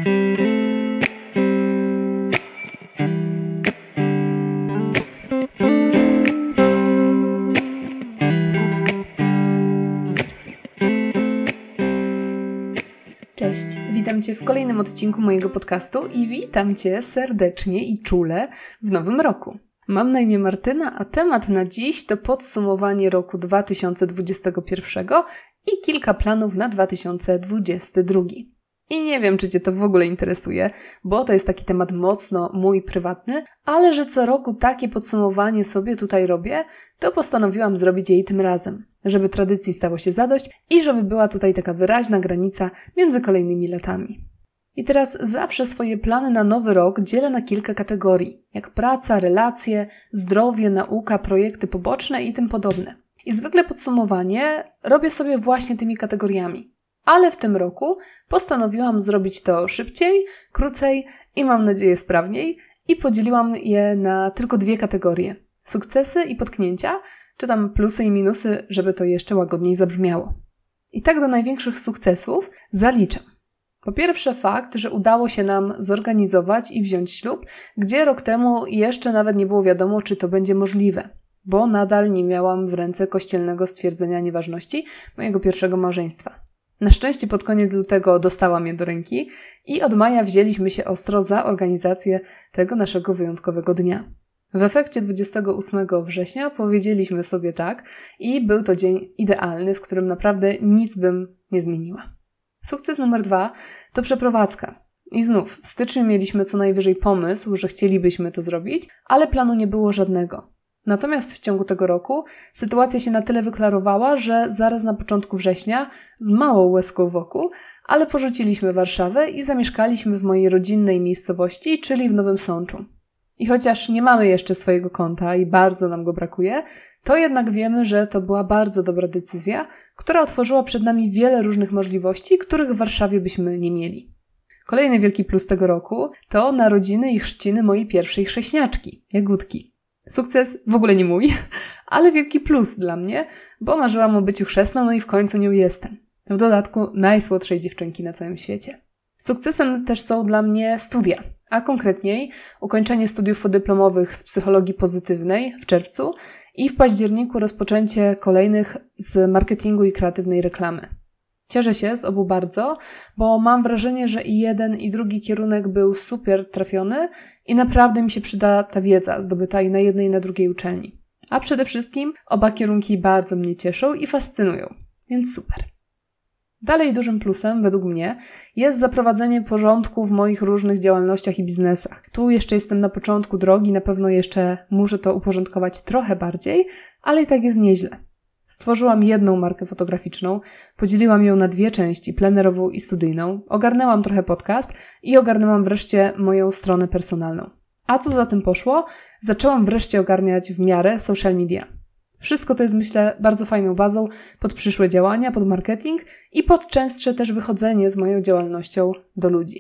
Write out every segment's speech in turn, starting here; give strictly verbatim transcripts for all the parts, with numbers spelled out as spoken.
Cześć, witam Cię w kolejnym odcinku mojego podcastu i witam Cię serdecznie i czule w nowym roku. Mam na imię Martyna, a temat na dziś to podsumowanie roku dwa tysiące dwudziestego pierwszego i kilka planów na dwa tysiące dwudziesty drugi. I nie wiem, czy Cię to w ogóle interesuje, bo to jest taki temat mocno mój prywatny, ale że co roku takie podsumowanie sobie tutaj robię, to postanowiłam zrobić jej tym razem, żeby tradycji stało się zadość i żeby była tutaj taka wyraźna granica między kolejnymi latami. I teraz zawsze swoje plany na nowy rok dzielę na kilka kategorii, jak praca, relacje, zdrowie, nauka, projekty poboczne i tym podobne. I zwykle podsumowanie robię sobie właśnie tymi kategoriami. Ale w tym roku postanowiłam zrobić to szybciej, krócej i mam nadzieję sprawniej i podzieliłam je na tylko dwie kategorie. Sukcesy i potknięcia, czy tam plusy i minusy, żeby to jeszcze łagodniej zabrzmiało. I tak do największych sukcesów zaliczam. Po pierwsze fakt, że udało się nam zorganizować i wziąć ślub, gdzie rok temu jeszcze nawet nie było wiadomo, czy to będzie możliwe, bo nadal nie miałam w ręce kościelnego stwierdzenia nieważności mojego pierwszego małżeństwa. Na szczęście pod koniec lutego dostałam je do ręki i od maja wzięliśmy się ostro za organizację tego naszego wyjątkowego dnia. W efekcie dwudziestego ósmego września powiedzieliśmy sobie tak i był to dzień idealny, w którym naprawdę nic bym nie zmieniła. Sukces numer dwa to przeprowadzka. I znów, w styczniu mieliśmy co najwyżej pomysł, że chcielibyśmy to zrobić, ale planu nie było żadnego. Natomiast w ciągu tego roku sytuacja się na tyle wyklarowała, że zaraz na początku września, z małą łezką wokół, ale porzuciliśmy Warszawę i zamieszkaliśmy w mojej rodzinnej miejscowości, czyli w Nowym Sączu. I chociaż nie mamy jeszcze swojego konta i bardzo nam go brakuje, to jednak wiemy, że to była bardzo dobra decyzja, która otworzyła przed nami wiele różnych możliwości, których w Warszawie byśmy nie mieli. Kolejny wielki plus tego roku to narodziny i chrzciny mojej pierwszej chrześniaczki, Jagódki. Sukces w ogóle nie mój, ale wielki plus dla mnie, bo marzyłam o byciu chrzestną, no i w końcu nią jestem. W dodatku najsłodszej dziewczynki na całym świecie. Sukcesem też są dla mnie studia, a konkretniej ukończenie studiów podyplomowych z psychologii pozytywnej w czerwcu i w październiku rozpoczęcie kolejnych z marketingu i kreatywnej reklamy. Cieszę się z obu bardzo, bo mam wrażenie, że i jeden i drugi kierunek był super trafiony i naprawdę mi się przyda ta wiedza zdobyta i na jednej i na drugiej uczelni. A przede wszystkim oba kierunki bardzo mnie cieszą i fascynują, więc super. Dalej dużym plusem, według mnie, jest zaprowadzenie porządku w moich różnych działalnościach i biznesach. Tu jeszcze jestem na początku drogi, na pewno jeszcze muszę to uporządkować trochę bardziej, ale i tak jest nieźle. Stworzyłam jedną markę fotograficzną, podzieliłam ją na dwie części, plenerową i studyjną, ogarnęłam trochę podcast i ogarnęłam wreszcie moją stronę personalną. A co za tym poszło? Zaczęłam wreszcie ogarniać w miarę social media. Wszystko to jest, myślę, bardzo fajną bazą pod przyszłe działania, pod marketing i pod częstsze też wychodzenie z moją działalnością do ludzi.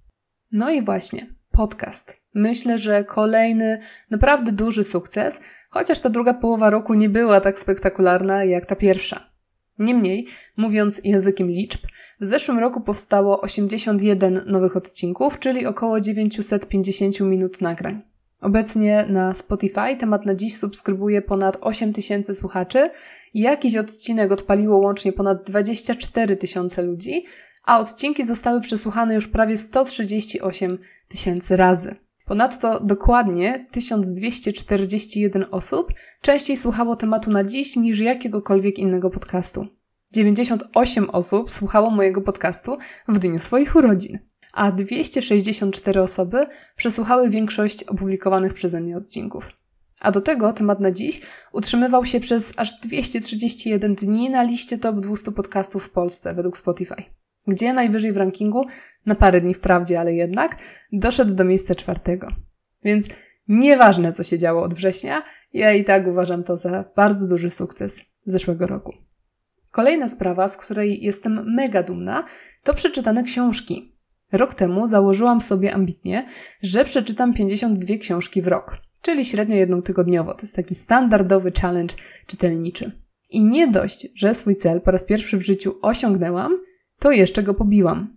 No i właśnie, podcast. Myślę, że kolejny naprawdę duży sukces, chociaż ta druga połowa roku nie była tak spektakularna jak ta pierwsza. Niemniej, mówiąc językiem liczb, w zeszłym roku powstało osiemdziesiąt jeden nowych odcinków, czyli około dziewięćset pięćdziesiąt minut nagrań. Obecnie na Spotify temat na dziś subskrybuje ponad osiem tysięcy słuchaczy, jakiś odcinek odpaliło łącznie ponad dwadzieścia cztery tysiące ludzi, a odcinki zostały przesłuchane już prawie sto trzydzieści osiem tysięcy razy. Ponadto dokładnie tysiąc dwieście czterdzieści jeden osób częściej słuchało tematu na dziś niż jakiegokolwiek innego podcastu. dziewięćdziesiąt osiem osób słuchało mojego podcastu w dniu swoich urodzin, a dwieście sześćdziesiąt cztery osoby przesłuchały większość opublikowanych przeze mnie odcinków. A do tego temat na dziś utrzymywał się przez aż dwieście trzydzieści jeden dni na liście top dwieście podcastów w Polsce według Spotify, gdzie najwyżej w rankingu, na parę dni wprawdzie, ale jednak, doszedł do miejsca czwartego. Więc nieważne, co się działo od września, ja i tak uważam to za bardzo duży sukces zeszłego roku. Kolejna sprawa, z której jestem mega dumna, to przeczytane książki. Rok temu założyłam sobie ambitnie, że przeczytam pięćdziesiąt dwie książki w rok, czyli średnio jedną tygodniowo. To jest taki standardowy challenge czytelniczy. I nie dość, że swój cel po raz pierwszy w życiu osiągnęłam, to jeszcze go pobiłam.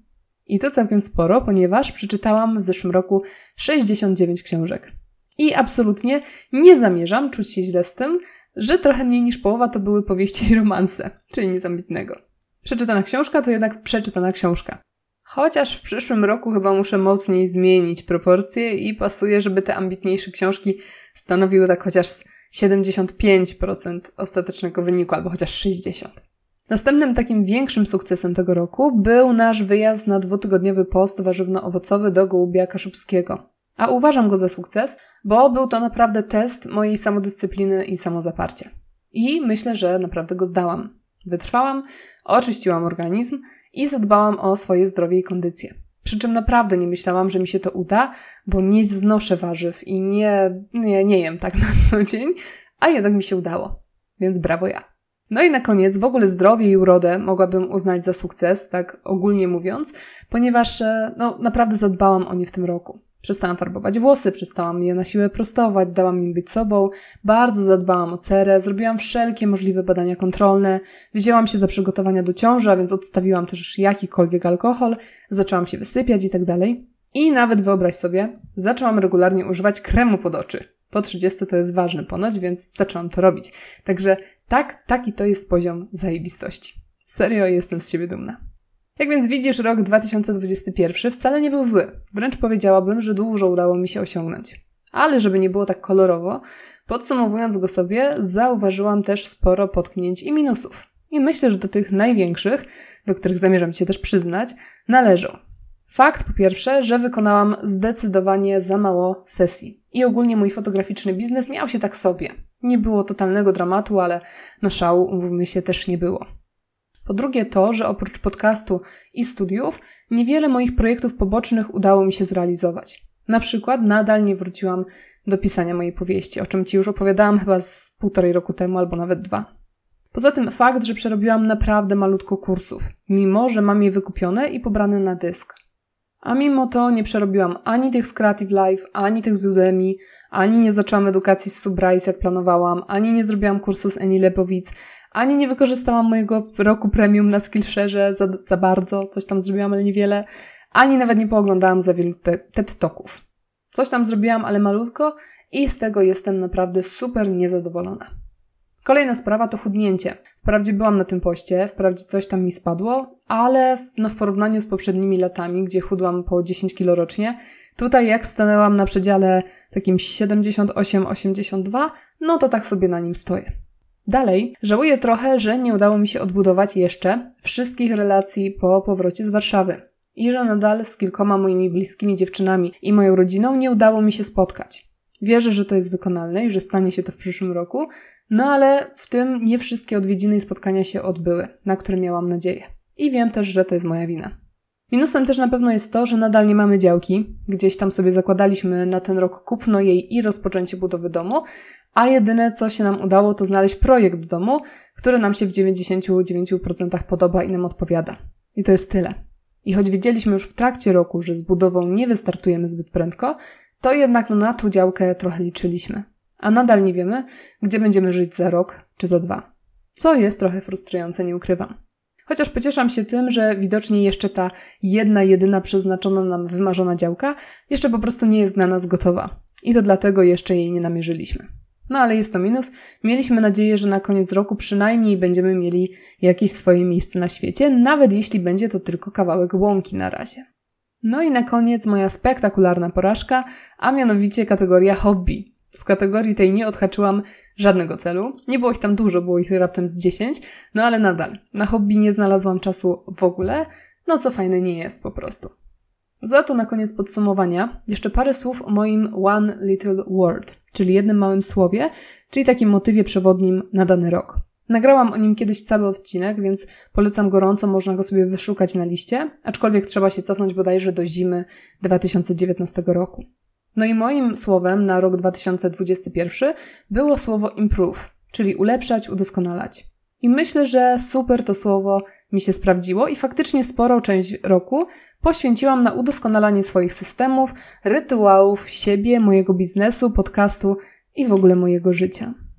I to całkiem sporo, ponieważ przeczytałam w zeszłym roku sześćdziesiąt dziewięć książek. I absolutnie nie zamierzam czuć się źle z tym, że trochę mniej niż połowa to były powieści i romanse, czyli nic ambitnego. Przeczytana książka to jednak przeczytana książka. Chociaż w przyszłym roku chyba muszę mocniej zmienić proporcje i pasuje, żeby te ambitniejsze książki stanowiły tak chociaż siedemdziesiąt pięć procent ostatecznego wyniku, albo chociaż sześćdziesiąt procent. Następnym takim większym sukcesem tego roku był nasz wyjazd na dwutygodniowy post warzywno-owocowy do Gołubia Kaszubskiego. A uważam go za sukces, bo był to naprawdę test mojej samodyscypliny i samozaparcia. I myślę, że naprawdę go zdałam. Wytrwałam, oczyściłam organizm i zadbałam o swoje zdrowie i kondycję. Przy czym naprawdę nie myślałam, że mi się to uda, bo nie znoszę warzyw i nie, nie, nie jem tak na co dzień, a jednak mi się udało. Więc brawo ja. No i na koniec w ogóle zdrowie i urodę mogłabym uznać za sukces, tak ogólnie mówiąc, ponieważ no, naprawdę zadbałam o nie w tym roku. Przestałam farbować włosy, przestałam je na siłę prostować, dałam im być sobą, bardzo zadbałam o cerę, zrobiłam wszelkie możliwe badania kontrolne, wzięłam się za przygotowania do ciąży, a więc odstawiłam też jakikolwiek alkohol, zaczęłam się wysypiać i tak dalej. I nawet wyobraź sobie, zaczęłam regularnie używać kremu pod oczy. Po trzydziestu to jest ważne ponoć, więc zaczęłam to robić. Także tak, taki to jest poziom zajebistości. Serio, jestem z siebie dumna. Jak więc widzisz, rok dwa tysiące dwudziesty pierwszy wcale nie był zły. Wręcz powiedziałabym, że dużo udało mi się osiągnąć. Ale żeby nie było tak kolorowo, podsumowując go sobie, zauważyłam też sporo potknięć i minusów. I myślę, że do tych największych, do których zamierzam się też przyznać, należą. Fakt po pierwsze, że wykonałam zdecydowanie za mało sesji. I ogólnie mój fotograficzny biznes miał się tak sobie. Nie było totalnego dramatu, ale no szału, umówmy się, też nie było. Po drugie to, że oprócz podcastu i studiów, niewiele moich projektów pobocznych udało mi się zrealizować. Na przykład nadal nie wróciłam do pisania mojej powieści, o czym Ci już opowiadałam chyba z półtorej roku temu albo nawet dwa. Poza tym fakt, że przerobiłam naprawdę malutko kursów, mimo że mam je wykupione i pobrane na dysk. A mimo to nie przerobiłam ani tych z Creative Life, ani tych z Udemy, ani nie zaczęłam edukacji z Subrise jak planowałam, ani nie zrobiłam kursu z Eni Lepowic, ani nie wykorzystałam mojego roku premium na Skillshare za, za bardzo, coś tam zrobiłam, ale niewiele, ani nawet nie pooglądałam za wielu te, TED Talków. Coś tam zrobiłam, ale malutko i z tego jestem naprawdę super niezadowolona. Kolejna sprawa to chudnięcie. Wprawdzie byłam na tym poście, wprawdzie coś tam mi spadło, ale no w porównaniu z poprzednimi latami, gdzie chudłam po dziesięć kilo rocznie, tutaj jak stanęłam na przedziale takim siedemdziesiąt osiem osiemdziesiąt dwa, no to tak sobie na nim stoję. Dalej, żałuję trochę, że nie udało mi się odbudować jeszcze wszystkich relacji po powrocie z Warszawy i że nadal z kilkoma moimi bliskimi dziewczynami i moją rodziną nie udało mi się spotkać. Wierzę, że to jest wykonalne i że stanie się to w przyszłym roku, no ale w tym nie wszystkie odwiedziny i spotkania się odbyły, na które miałam nadzieję. I wiem też, że to jest moja wina. Minusem też na pewno jest to, że nadal nie mamy działki. Gdzieś tam sobie zakładaliśmy na ten rok kupno jej i rozpoczęcie budowy domu, a jedyne co się nam udało to znaleźć projekt domu, który nam się w dziewięćdziesięciu dziewięciu procentach podoba i nam odpowiada. I to jest tyle. I choć wiedzieliśmy już w trakcie roku, że z budową nie wystartujemy zbyt prędko, to jednak no, na tą działkę trochę liczyliśmy. A nadal nie wiemy, gdzie będziemy żyć za rok czy za dwa. Co jest trochę frustrujące, nie ukrywam. Chociaż pocieszam się tym, że widocznie jeszcze ta jedna, jedyna przeznaczona nam wymarzona działka jeszcze po prostu nie jest dla nas gotowa. I to dlatego jeszcze jej nie namierzyliśmy. No ale jest to minus. Mieliśmy nadzieję, że na koniec roku przynajmniej będziemy mieli jakieś swoje miejsce na świecie, nawet jeśli będzie to tylko kawałek łąki na razie. No i na koniec moja spektakularna porażka, a mianowicie kategoria hobby. Z kategorii tej nie odhaczyłam żadnego celu. Nie było ich tam dużo, było ich raptem z dziesięć, no ale nadal. Na hobby nie znalazłam czasu w ogóle, no co fajne nie jest po prostu. Za to na koniec podsumowania jeszcze parę słów o moim One Little Word, czyli jednym małym słowie, czyli takim motywie przewodnim na dany rok. Nagrałam o nim kiedyś cały odcinek, więc polecam gorąco, można go sobie wyszukać na liście, aczkolwiek trzeba się cofnąć bodajże do zimy dwa tysiące dziewiętnastego roku. No i moim słowem na rok dwa tysiące dwudziesty pierwszy było słowo improve, czyli ulepszać, udoskonalać. I myślę, że super to słowo mi się sprawdziło i faktycznie sporą część roku poświęciłam na udoskonalanie swoich systemów, rytuałów, siebie, mojego biznesu, podcastu i w ogóle mojego życia.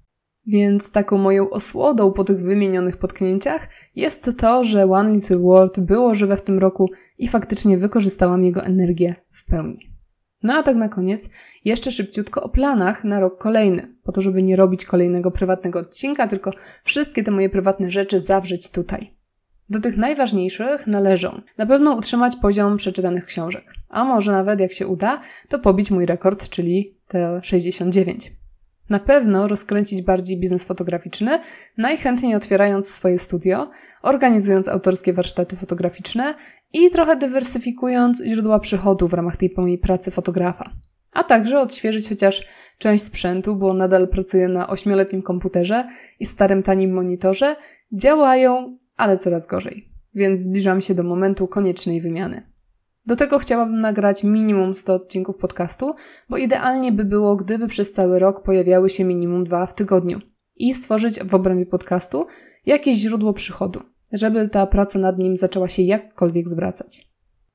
Więc taką moją osłodą po tych wymienionych potknięciach jest to, że One Little World było żywe w tym roku i faktycznie wykorzystałam jego energię w pełni. No a tak na koniec jeszcze szybciutko o planach na rok kolejny, po to, żeby nie robić kolejnego prywatnego odcinka, tylko wszystkie te moje prywatne rzeczy zawrzeć tutaj. Do tych najważniejszych należą na pewno utrzymać poziom przeczytanych książek, a może nawet jak się uda, to pobić mój rekord, czyli te sześćdziesiąt dziewięć. Na pewno rozkręcić bardziej biznes fotograficzny, najchętniej otwierając swoje studio, organizując autorskie warsztaty fotograficzne i trochę dywersyfikując źródła przychodu w ramach tej mojej pracy fotografa. A także odświeżyć chociaż część sprzętu, bo nadal pracuję na ośmioletnim komputerze i starym tanim monitorze. Działają, ale coraz gorzej, więc zbliżam się do momentu koniecznej wymiany. Do tego chciałabym nagrać minimum sto odcinków podcastu, bo idealnie by było, gdyby przez cały rok pojawiały się minimum dwa w tygodniu i stworzyć w obrębie podcastu jakieś źródło przychodu, żeby ta praca nad nim zaczęła się jakkolwiek zwracać.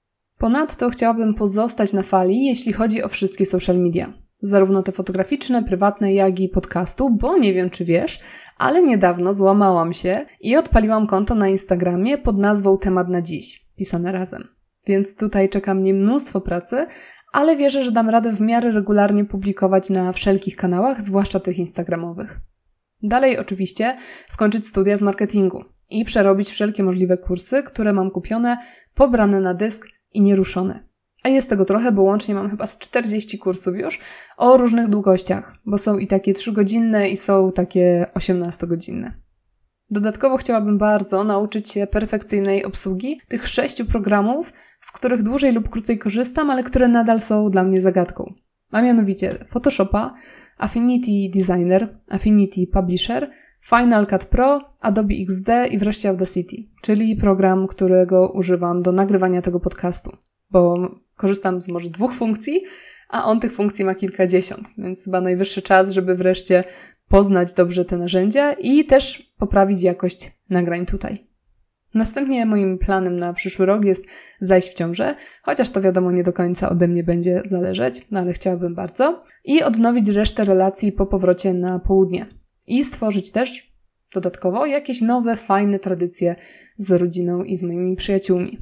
Ponadto chciałabym pozostać na fali, jeśli chodzi o wszystkie social media. Zarówno te fotograficzne, prywatne, jak i podcastu, bo nie wiem, czy wiesz, ale niedawno złamałam się i odpaliłam konto na Instagramie pod nazwą Temat na dziś, pisane razem. Więc tutaj czeka mnie mnóstwo pracy, ale wierzę, że dam radę w miarę regularnie publikować na wszelkich kanałach, zwłaszcza tych instagramowych. Dalej oczywiście skończyć studia z marketingu i przerobić wszelkie możliwe kursy, które mam kupione, pobrane na dysk i nieruszone. A jest tego trochę, bo łącznie mam chyba z czterdzieści kursów już o różnych długościach, bo są i takie trzygodzinne i są takie osiemnastogodzinne. Dodatkowo chciałabym bardzo nauczyć się perfekcyjnej obsługi tych sześciu programów, z których dłużej lub krócej korzystam, ale które nadal są dla mnie zagadką. A mianowicie Photoshopa, Affinity Designer, Affinity Publisher, Final Cut Pro, Adobe X D i wreszcie Audacity, czyli program, którego używam do nagrywania tego podcastu, bo korzystam z może dwóch funkcji, a on tych funkcji ma kilkadziesiąt, więc chyba najwyższy czas, żeby wreszcie poznać dobrze te narzędzia i też poprawić jakość nagrań tutaj. Następnie moim planem na przyszły rok jest zajść w ciążę, chociaż to wiadomo nie do końca ode mnie będzie zależeć, no ale chciałabym bardzo, i odnowić resztę relacji po powrocie na południe. I stworzyć też dodatkowo jakieś nowe, fajne tradycje z rodziną i z moimi przyjaciółmi.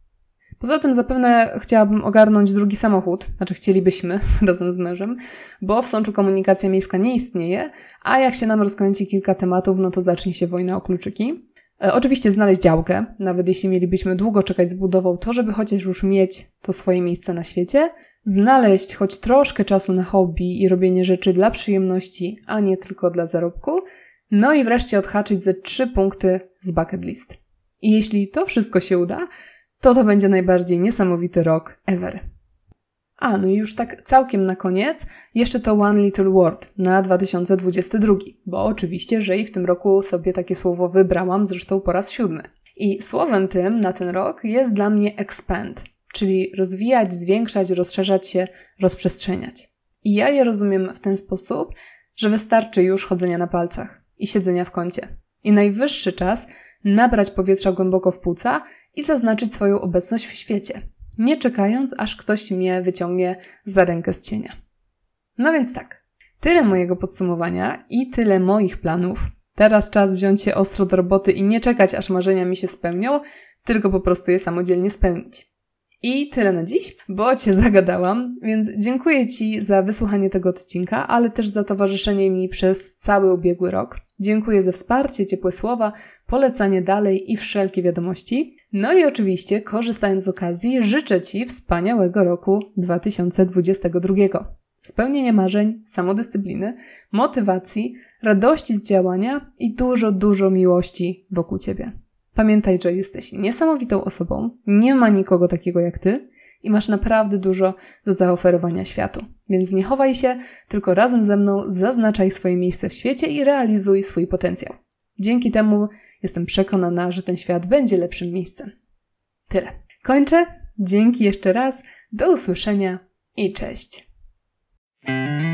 Poza tym zapewne chciałabym ogarnąć drugi samochód, znaczy chcielibyśmy razem z mężem, bo w Sączu komunikacja miejska nie istnieje, a jak się nam rozkręci kilka tematów, no to zacznie się wojna o kluczyki. E, oczywiście znaleźć działkę, nawet jeśli mielibyśmy długo czekać z budową, to żeby chociaż już mieć to swoje miejsce na świecie. Znaleźć choć troszkę czasu na hobby i robienie rzeczy dla przyjemności, a nie tylko dla zarobku. No i wreszcie odhaczyć ze trzy punkty z bucket list. I jeśli to wszystko się uda, to to będzie najbardziej niesamowity rok ever. A, no i już tak całkiem na koniec, jeszcze to One Little World na dwa tysiące dwudziesty drugi, bo oczywiście, że i w tym roku sobie takie słowo wybrałam, zresztą po raz siódmy. I słowem tym na ten rok jest dla mnie expand, czyli rozwijać, zwiększać, rozszerzać się, rozprzestrzeniać. I ja je rozumiem w ten sposób, że wystarczy już chodzenia na palcach i siedzenia w kącie. I najwyższy czas nabrać powietrza głęboko w płuca i zaznaczyć swoją obecność w świecie, nie czekając, aż ktoś mnie wyciągnie za rękę z cienia. No więc tak, tyle mojego podsumowania i tyle moich planów. Teraz czas wziąć się ostro do roboty i nie czekać, aż marzenia mi się spełnią, tylko po prostu je samodzielnie spełnić. I tyle na dziś, bo Cię zagadałam, więc dziękuję Ci za wysłuchanie tego odcinka, ale też za towarzyszenie mi przez cały ubiegły rok. Dziękuję za wsparcie, ciepłe słowa, polecanie dalej i wszelkie wiadomości. No i oczywiście, korzystając z okazji, życzę Ci wspaniałego roku dwa tysiące dwudziestego drugiego. Spełnienia marzeń, samodyscypliny, motywacji, radości z działania i dużo, dużo miłości wokół Ciebie. Pamiętaj, że jesteś niesamowitą osobą, nie ma nikogo takiego jak Ty i masz naprawdę dużo do zaoferowania światu. Więc nie chowaj się, tylko razem ze mną zaznaczaj swoje miejsce w świecie i realizuj swój potencjał. Dzięki temu jestem przekonana, że ten świat będzie lepszym miejscem. Tyle. Kończę. Dzięki jeszcze raz. Do usłyszenia i cześć.